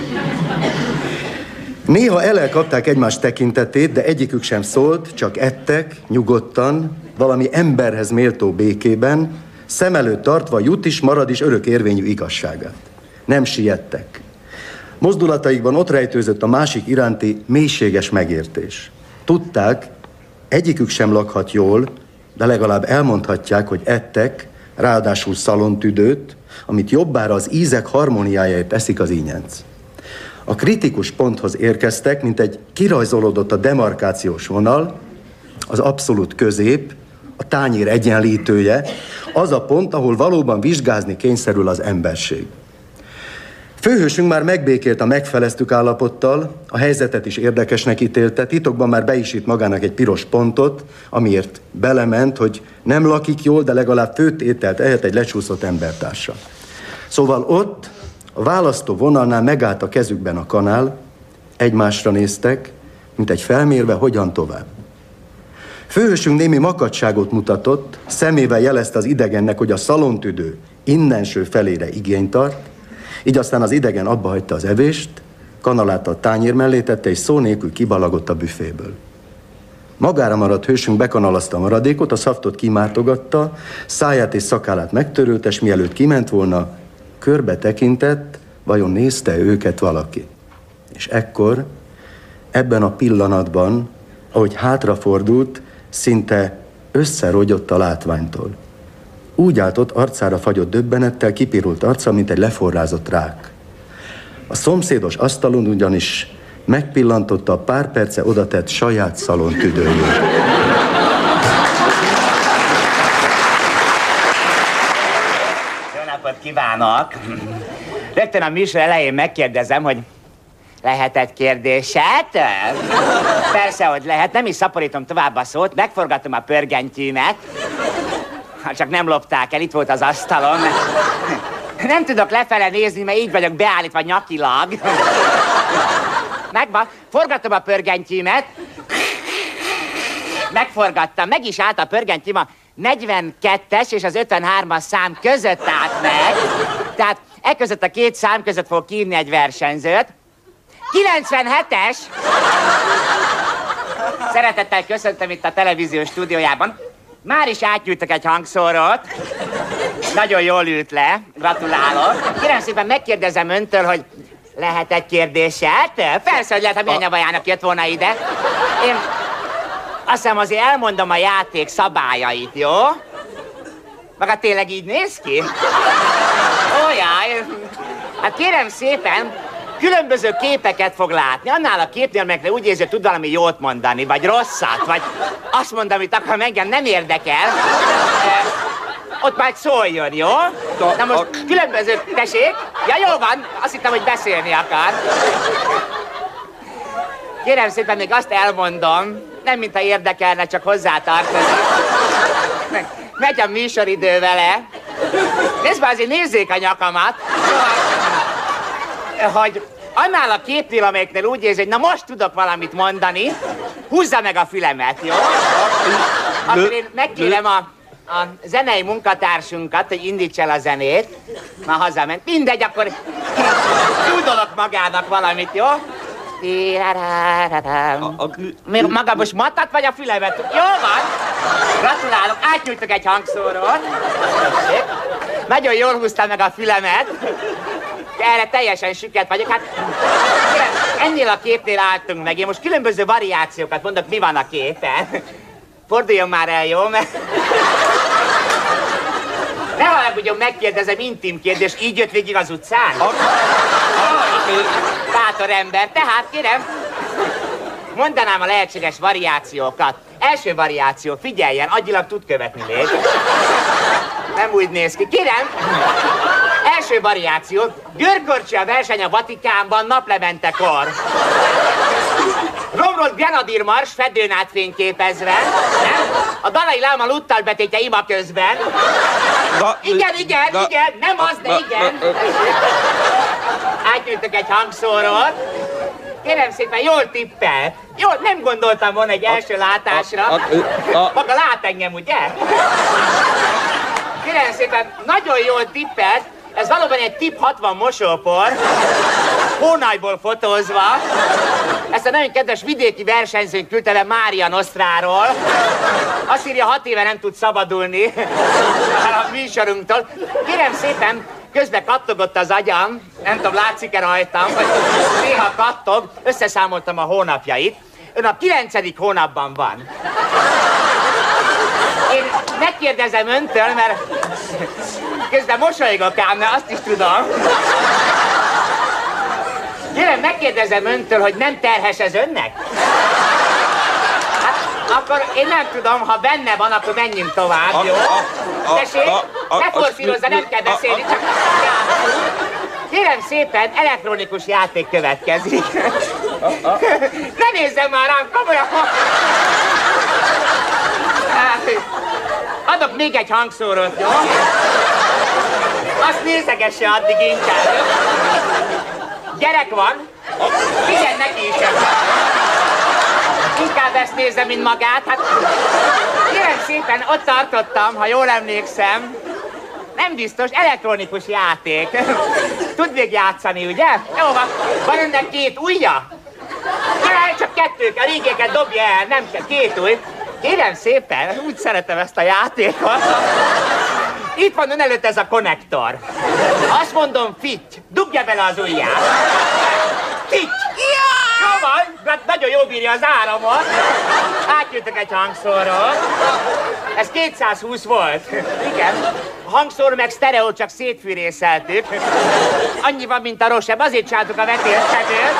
Néha elkapták egymás tekintetét, de egyikük sem szólt, csak ettek, nyugodtan, valami emberhez méltó békében, szem előtt tartva jut is, marad is örök érvényű igazságát. Nem siettek. Mozdulataikban ott rejtőzött a másik iránti mélységes megértés. Tudták, egyikük sem lakhat jól, de legalább elmondhatják, hogy ettek, ráadásul szalontüdőt, amit jobbára az ízek harmóniájáért eszik az ínyenc. A kritikus ponthoz érkeztek, mint egy kirajzolódott a demarkációs vonal, az abszolút közép, a tányér egyenlítője, az a pont, ahol valóban vizsgázni kényszerül az emberség. Főhősünk már megbékélt a megfeleztük állapottal, a helyzetet is érdekesnek ítélte, titokban már be is írt magának egy piros pontot, amiért belement, hogy nem lakik jól, de legalább főtt ételt ehet egy lecsúszott embertársa. Szóval ott, a választó vonalnál megállt a kezükben a kanál, egymásra néztek, mint egy felmérve, hogyan tovább. Főhősünk némi makadságot mutatott, szemével jelezte az idegennek, hogy a szalontüdő innenső felére igényt tart, így aztán az idegen abba hagyta az evést, kanalát a tányér mellé tette, és szó nélkül kibalagott a büféből. Magára maradt hősünk bekanalazta a maradékot, a szaftot kimártogatta, száját és szakállát megtörölte, és mielőtt kiment volna, körbe tekintett, vajon nézte őket valaki. És ekkor, ebben a pillanatban, ahogy hátrafordult, szinte összerogyott a látványtól. Úgy állt ott arcára fagyott döbbenettel, kipirult arca, mint egy leforrázott rák. A szomszédos asztalon ugyanis megpillantotta a pár perce odatett saját szalontüdőjét.
Jó napot kívánok! Rögtön a műsor elején megkérdezem, hogy lehet egy kérdéset? Persze, hogy lehet, nem is szaporítom tovább a szót, megforgatom a pörgentyűmet. Csak nem lopták el, itt volt az asztalon. Nem tudok lefele nézni, mert így vagyok beállítva nyakilag. Megvan. Forgatom a pörgentyűmet. Megforgattam. Meg is állt a pörgentyűm a 42-es és az 53-as szám között állt meg. Tehát e között a két szám között fogok írni egy versenyzőt. 97-es! Szeretettel köszöntöm itt a televíziós stúdiójában. Már is átnyújtok egy hangszórót. Nagyon jól ült le. Gratulálok. Kérem szépen megkérdezem öntől, hogy lehet egy kérdéset? Persze, hogy lehet, ha milyen nyavajának jött volna ide. Én azt hiszem azért elmondom a játék szabályait, jó? Maga tényleg így néz ki? Ójjaj! Hát kérem szépen, különböző képeket fog látni. Annál a képnél, amelyekre úgy érzi, hogy tud valami jót mondani, vagy rosszat, vagy azt mondom, amit akar, engem nem érdekel. Ott majd szóljon, jó? Na most különböző... Tessék? Ja, jó van. Azt hittem, hogy beszélni akar. Kérem szépen, még azt elmondom, nem mintha érdekelne, csak hozzátartozik. Megy a műsoridő vele. Nézd már, azért nézzék a nyakamat. Hogy annál a képnél, amelyeknél úgy érzi, hogy na most tudok valamit mondani, húzza meg a fülemet, jó? Akkor én megkérem a zenei munkatársunkat, hogy indíts el a zenét. Már hazament. Mindegy, akkor tudolok magának valamit, jó? Még maga most matat vagy a fülemet? Jó van! Gratulálok, átnyújtok egy hangszórót. Nagyon jól húztam meg a fülemet. Erre teljesen süket vagyok. Hát ennél a képnél álltunk meg. Én most különböző variációkat mondok, mi van a képen. Forduljon már el, jó? Mert... Ne haragudjon, megkérdezem, intim kérdés, így jött végig az utcán? Bátor ember, tehát kérem, mondanám a lehetséges variációkat. Első variáció, figyeljen, agyilag tud követni még. Nem úgy néz ki. Kérem, első variáció, görgörcsi a verseny a Vatikánban naplementekor. Romrolt Grenadier Mars fedőn át fényképezve, nem? A Dalai Láma luttal betétje ima közben. Igen, nem az, de igen. Átnyújtok egy hangszórót. Kérem szépen, jól tippel. Jól, nem gondoltam volna egy első látásra. Maga lát engem, ugye? Kérem szépen, nagyon jól tippelt. Ez valóban egy tip 60 mosópor, Hónajból fotózva. Ezt a nagyon kedves vidéki versenyzőnk küldte le Mária Nostráról. Azt írja, 6 éve nem tud szabadulni a műsorunktól. Kérem szépen, közben kattogott az agyam, nem tudom, látszik-e rajtam, hogy néha kattog, összeszámoltam a hónapjait. Ön a 9. hónapban van. Én megkérdezem öntől, mert közben mosolygok ám, mert azt is tudom. Kérem, megkérdezem öntől, hogy nem terhes ez önnek? Hát, akkor én nem tudom, ha benne van, akkor menjünk tovább, jó? Tessék, ne forszírozza, nem kell beszélni, csak kérem szépen, elektronikus játék következik. Ne nézzem már rám, komolyan! Adok még egy hangszórót, jó? Azt nézegesse addig inkább, jó? Gyerek van, figyelj neki is ebben. Inkább ezt nézze, mint magát. Hát kérem szépen, ott tartottam, ha jól emlékszem. Nem biztos, elektronikus játék. Tud még játszani, ugye? Jó van, van önnek 2 ujja? Csak 2, a régéket dobja el, nem kell 2 ujj. Kérem szépen, úgy szeretem ezt a játékot. Itt van ön előtt ez a konnektor. Azt mondom, fitty, dugja bele az ujját. Fitty! Jó van, nagyon jól bírja az áramot. Átjöttek egy hangszórót. Ez 220 volt. Igen. A hangszóró meg sztereó, csak szétfűrészeltük. Annyi van, mint a Roseb, azért csináltuk a vetélszedőt.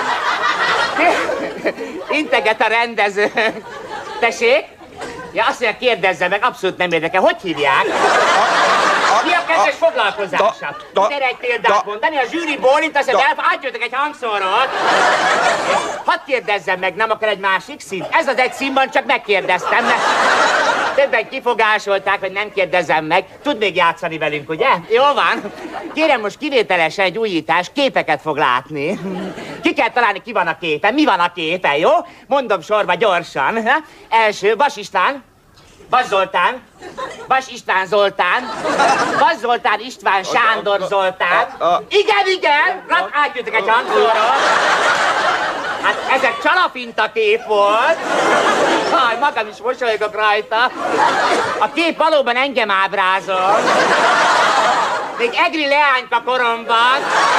Integet a rendező. Tessék? Ja, azt mondja, kérdezze meg, abszolút nem érdekel. Hogy hívják? Mi a kedves foglalkozása? Gyere egy példát mondani, a zsűri bólint, azt mondja, átjöttek egy hangszórót. Hadd kérdezzem meg, nem akar egy másik szín? Ez az egy színban, csak megkérdeztem, mert többen kifogásolták, hogy nem kérdezzem meg. Tud még játszani velünk, ugye? Jó van. Kérem, most kivételesen egy újítás, képeket fog látni. Ki kell találni, ki van a képen, mi van a képen, jó? Mondom sorba gyorsan. Első, Vas István. Vas Zoltán. Vas István Zoltán. Vas Zoltán István Sándor Zoltán. Igen. Átjöttek egy hangszóról. Hát ezek csalafinta kép volt. Haj, magam is mosolygok rajta. A kép valóban engem ábrázol. Még egri leányka koromban.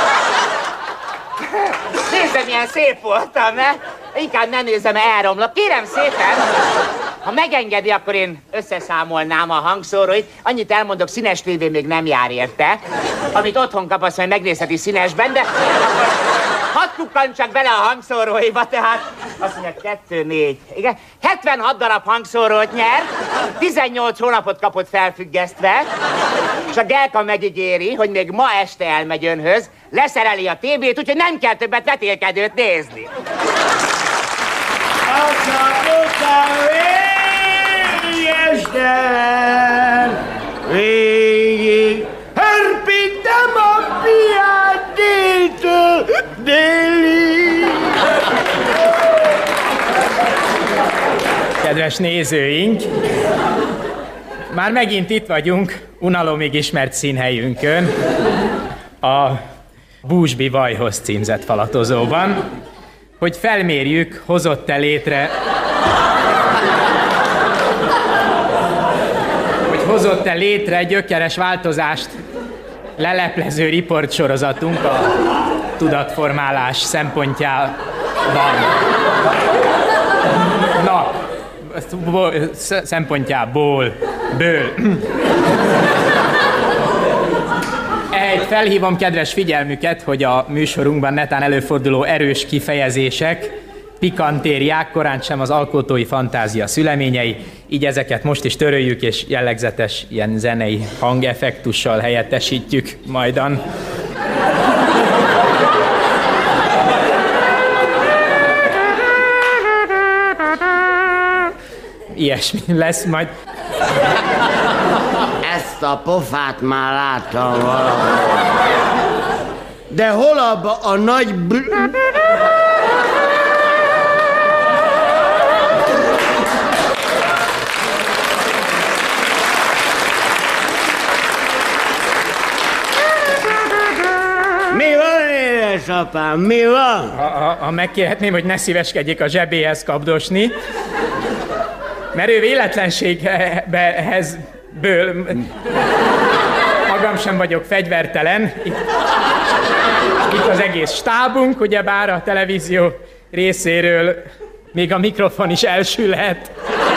Nézd, milyen szép voltam, ne? Inkább nem nézem, elromlok. Kérem szépen, ha megengedi, akkor én összeszámolnám a hangszóróit. Annyit elmondok, színes tévé még nem jár érte. Amit otthon kap, azt majd megnézheti színesben, de akkor hadd kukkantsak bele a hangszóróiba, tehát azt mondja, 2, 4, igen. 76 darab hangszórót nyer, 18 hónapot kapott felfüggesztve, és a Gelka megígéri, hogy még ma este elmegy önhöz, leszereli a tévét, úgyhogy nem kell többet vetélkedőt nézni.
Végig hörpítem a piát déltől délig.
Kedves nézőink, már megint itt vagyunk unalomig ismert színhelyünkön, a Búsby Vajhoz címzett falatozóban, hogy felmérjük, hozott-e létre gyökeres változást leleplező riportsorozatunk a tudatformálás szempontjában. Szempontjából. Felhívom kedves figyelmüket, hogy a műsorunkban netán előforduló erős kifejezések, pikantériák korán sem az alkotói fantázia szüleményei, így ezeket most is töröljük, és jellegzetes ilyen zenei hangeffektussal helyettesítjük majdan. Ilyesmi lesz majd.
Ezt a pofát már láttam valahol. De hol abba a nagy Mi van, édesapám, mi van?
Ha megkérhetném, hogy ne szíveskedjék a zsebéhez kapdosni, mert ő véletlenséghez magam sem vagyok fegyvertelen. Itt az egész stábunk, ugyebár a televízió részéről még a mikrofon is elsülhet.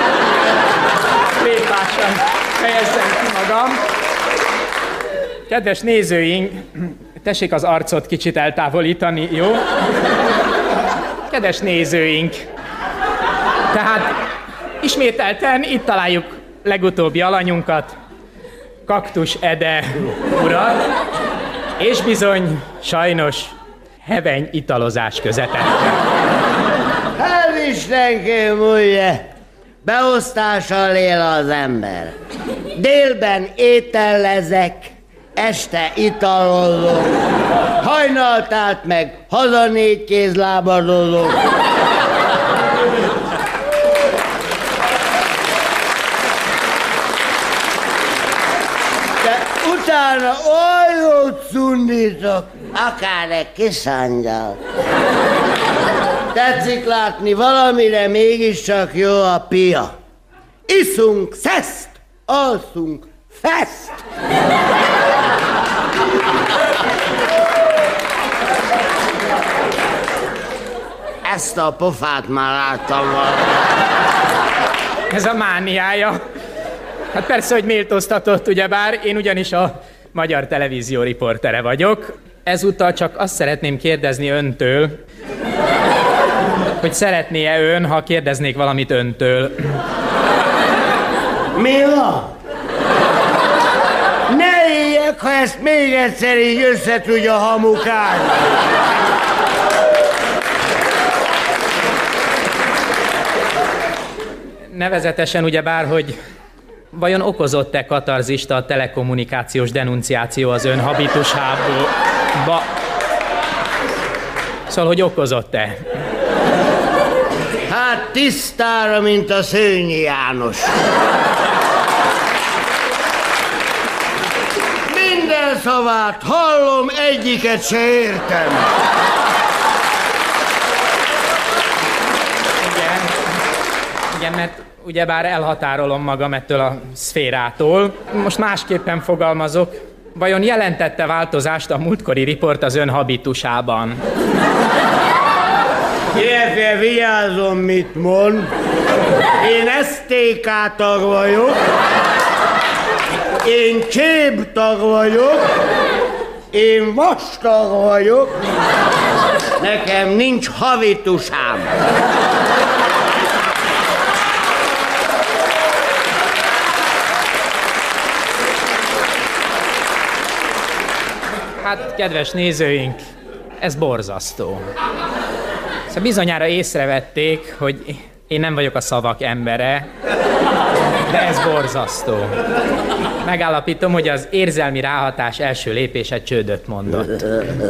Lépásan fejezzem ki magam. Kedves nézőink, tessék az arcot kicsit eltávolítani, jó? Kedves nézőink, tehát ismételten itt találjuk legutóbbi alanyunkat, Kaktus Ede urat, és bizony, sajnos, heveny italozás közepette.
Hát Istenkém, ugye, beosztással él az ember. Délben étellezek, este italozok, hajnaltát meg haza négykézlábadozok. Utána olyan jót szundítok, akár egy kis angyal. Tetszik látni, valamire mégiscsak jó a pia. Iszunk szeszt, alszunk feszt. Ezt a pofát már láttam volna.
Ez a mániája. Hát persze, hogy méltóztatott, ugyebár, én ugyanis a Magyar Televízió riportere vagyok. Ezúttal csak azt szeretném kérdezni öntől, hogy szeretné-e ön, ha kérdeznék valamit öntől.
Mi van? Ne éljek, ha ezt még egyszer így összetudja hamukálni.
Nevezetesen ugyebár, hogy vajon okozott-e katarzista a telekommunikációs denunciáció az ön habitusából? Szóval, hogy okozott-e?
Hát tisztára, mint a Szőnyi János. Minden szavát hallom, egyiket se értem.
Igen, mert ugyebár elhatárolom magam ettől a szférától. Most másképpen fogalmazok. Vajon jelentette változást a múltkori riport az ön habitusában?
Illetve vigyázzon, mit mond. Én STK tag vagyok. Én csép tag vagyok. Én vastag vagyok. Nekem nincs habitusám.
Hát, kedves nézőink, ez borzasztó. Szóval bizonyára észrevették, hogy én nem vagyok a szavak embere, de ez borzasztó. Megállapítom, hogy az érzelmi ráhatás első lépése csődöt mondott.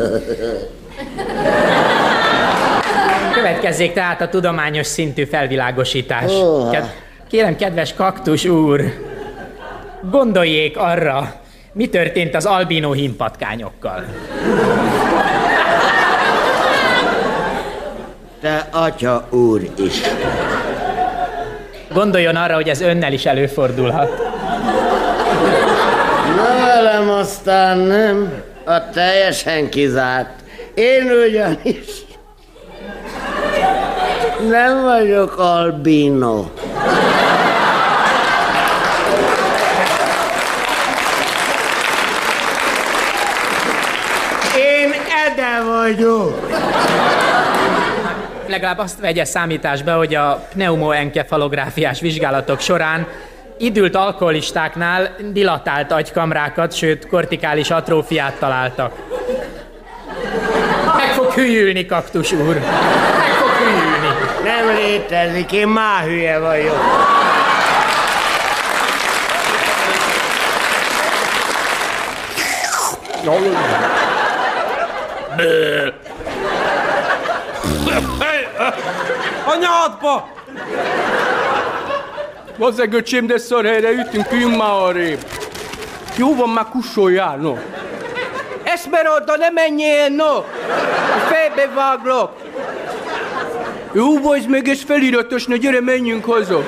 Következzék tehát a tudományos szintű felvilágosítás. Kérem, kedves kaktus úr, gondoljék arra, mi történt az albinó hímpatkányokkal.
Te atya úr is.
Gondoljon arra, hogy ez önnel is előfordulhat.
Na velem aztán nem, a teljesen kizárt. Én ugyanis nem vagyok albino. Én Ede vagyok.
Legalább azt vegye számításba, hogy a pneumoenkefalográfiás vizsgálatok során idült alkoholistáknál dilatált agykamrákat, sőt kortikális atrófiát találtak. Meg fog hülyülni, kaktus úr. Meg fog hülyülni.
Nem létezik, én már hülye vagyok.
Anyádba! Bazzeg, öcsém, de szar helyre ütünk, üljünk már arrébb. Jó van, már kussoljál, no. Esmeralda, ne menjél, no! A fejbe váglak. Jó vagy meg, ez feliratos, na gyere, menjünk haza.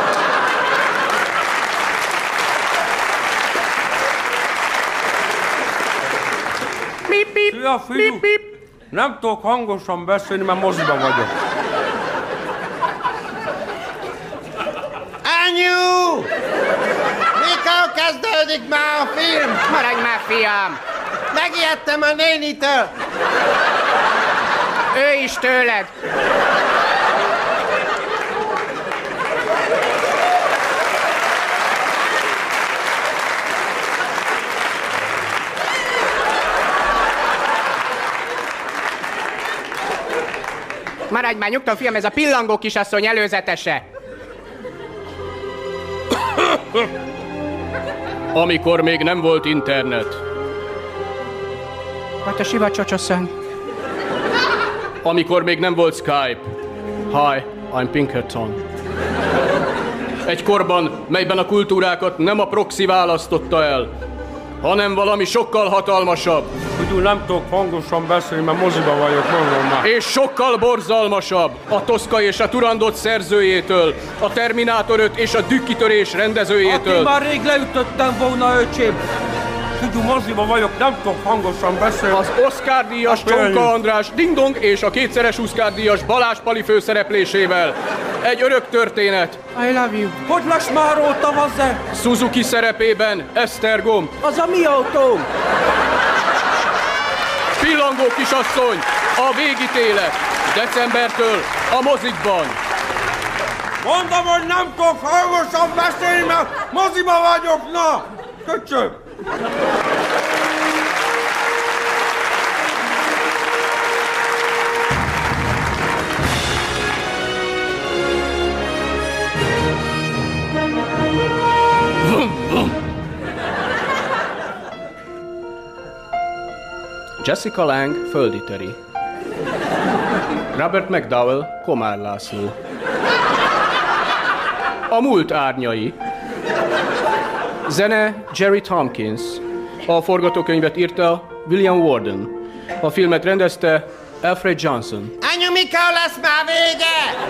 Szia, fiú! Nem tudok hangosan beszélni, mert moziba vagyok.
Anyu! Mikor kezdődik már a film?
Maradj már, fiam!
Megijedtem a nénitől!
Ő is tőled! Maradj már nyugton, fiam, ez a pillangó kisasszony előzetese.
Amikor még nem volt internet.
Vagy a sivacsocsosszony.
Amikor még nem volt Skype. Hi, I'm Pinkerton. Egy korban, melyben a kultúrákat nem a proxy választotta el, hanem valami sokkal hatalmasabb.
Figyú, nem tudok hangosan beszélni, mert moziba vagyok, mondom már.
És sokkal borzalmasabb a Tosca és a Turandot szerzőjétől, a Terminátor 5 és a Dükkitörés rendezőjétől.
Én már rég leütöttem volna, öcsém. Figyú, moziba vagyok, nem tudok hangosan beszélni.
Az Oscar-díjas Csonka András Ding-Dong és a kétszeres Oscar-díjas Balázs Pali főszereplésével. Egy örök történet.
I love you.
Hogy lesz már óta, vaze?
Suzuki szerepében Esztergom.
Az a mi autóm?
Pillangó kisasszony, a végítélet. Decembertől a mozikban.
Mondom, hogy nem tudok hangosan beszélni, mert moziba vagyok, na! Köcsög!
Jessica Lange földi töri.
Robert McDowell, Komár László. A múlt árnyai. Zene Jerry Tompkins. A forgatókönyvet írta William Warden. A filmet rendezte Alfred Johnson.
Anyu, mikor lesz már vége?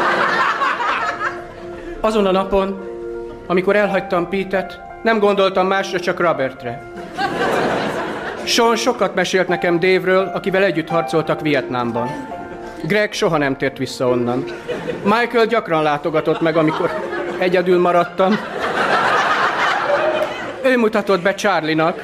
Azon a napon, amikor elhagytam Pete-et, nem gondoltam másra, csak Robertre. Sean sokat mesélt nekem Dave-ről, akivel együtt harcoltak Vietnámban. Greg soha nem tért vissza onnan. Michael gyakran látogatott meg, amikor egyedül maradtam. Ő mutatott be Charlie-nak,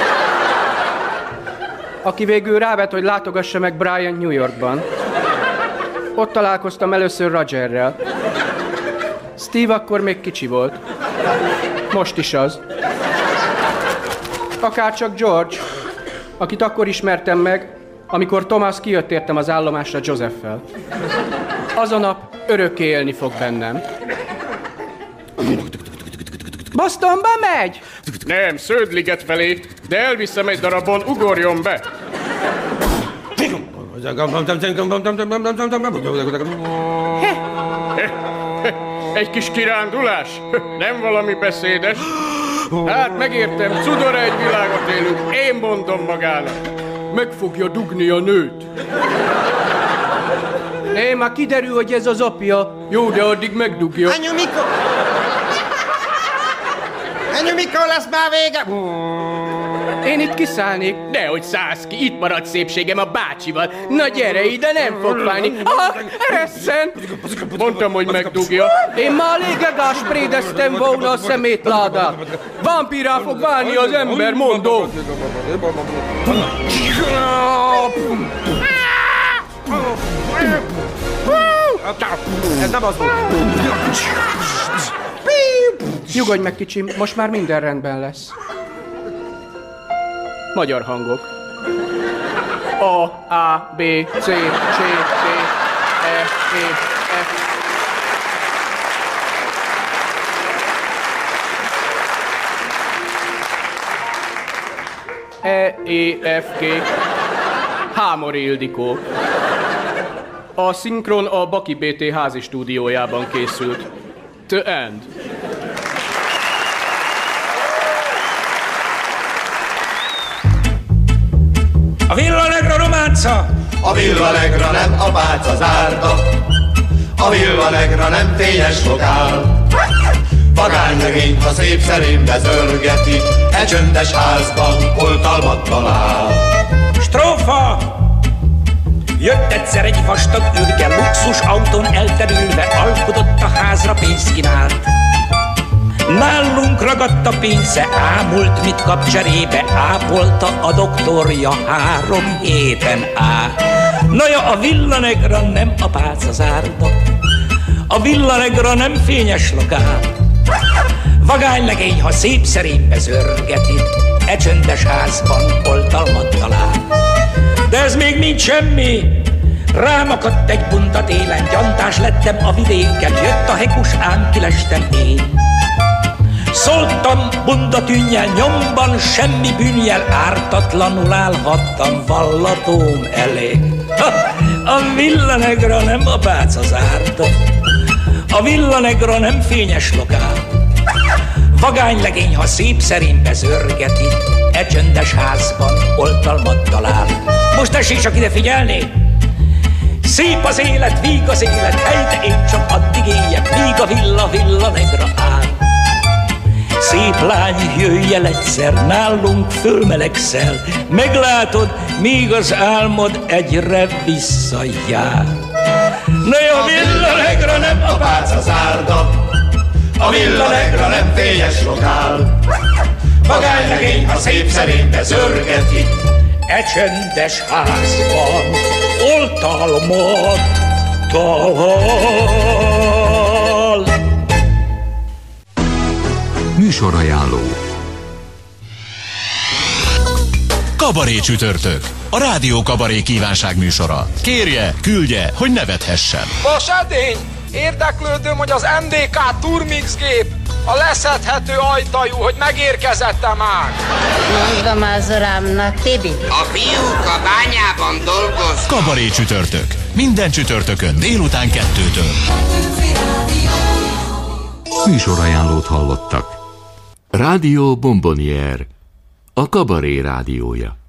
aki végül rávett, hogy látogassa meg Brian New Yorkban. Ott találkoztam először Rogerrel. Steve akkor még kicsi volt. Most is az. Akárcsak George, akit akkor ismertem meg, amikor Thomas kijött értem az állomásra Joseph-fel. Az a nap örökké élni fog bennem. Bostonba megy? Nem, Szöldliget felé, de elviszem egy darabon, ugorjon be! Egy kis kirándulás? Nem valami beszédes? Hát megértem, cudora egy világot élünk, én mondom magának. Meg fogja dugni a nőt. Nem, már kiderül, hogy ez az apja. Jó, de addig megdugja.
Anyu, mikor lesz már vége?
Én itt kiszállnék. Dehogy szállsz ki, itt marad szépségem a bácsival. Na gyere ide, nem fog fájni. Eresszen! Mondtam, hogy megdugja. Én már légegás prédeztem volna a szemétládát. Vampírá fog válni az ember, mondom.
Ez nem az volt.
Nyugodj meg, kicsim, most már minden rendben lesz. Magyar hangok. A, A, B, C, C, D, E, E, F. E, E, F, G. Hámori Ildikó. A szinkron a Baki BT házi stúdiójában készült. The End.
A Villa Negra románca!
A Villa Negra nem a pálca zárda, a Villa Negra nem fényes lokál. Vagánylegény, ha szép szerénbe zörgeti, e csöndes házban oltalmat talál.
Strófa! Jött egyszer egy vastag ürge, luxus autón elterülve, alkudott a házra, pénzt kínált. Nálunk ragadt a pénze, ámult, mit kap cserébe, ápolta a doktorja 3 héten át. Naja, a Villa Negra nem a pálca zárda, a Villa Negra nem fényes lokál. Vagánylegény, ha szép szerénybe zörgeti, e csöndes házban oltalmat talál. De ez még nincs semmi, rám akadt egy bunda télen, gyantás lettem a vidéken, jött a hekus, ám kilestem én. Szóltam bunda tűnnyel, nyomban semmi bűnjel, ártatlanul állhattam vallatóm elé. A Villa Negra nem a pálca zárda, a Villa Negra nem fényes lokál. Vagánylegény, ha szép szerénybe zörgeti, e csöndes házban oltalmat talál. Most tessék csak ide figyelni! Szép az élet, víg az élet, helyte én csak addig éljek, míg a Villa Negra áll. Szép lány, jöjj el egyszer, nálunk fölmelegszel, meglátod, míg az álmod egyre visszajár.
A Villa Negra nem a pálca zárda, a Villa Negra nem fényes lokál. Vagánylegény, ha szép szerénybe zörgeti,
e csöndes házban oltalmat talál.
Műsorajánló.
Kabaré csütörtök. A Rádió Kabaré kívánság műsora. Kérje, küldje, hogy nevethessen.
Vasadény!
Érdeklődöm, hogy az MDK Turmix gép, a leszedhető ajtajú, hogy megérkezette már.
Mondom az uramnak, Tibi.
A fiúk a bányában dolgoznak.
Kabaré csütörtök. Minden csütörtökön délután 2-től.
Műsorajánlót hallottak. Rádió Bombonier, a kabaré rádiója.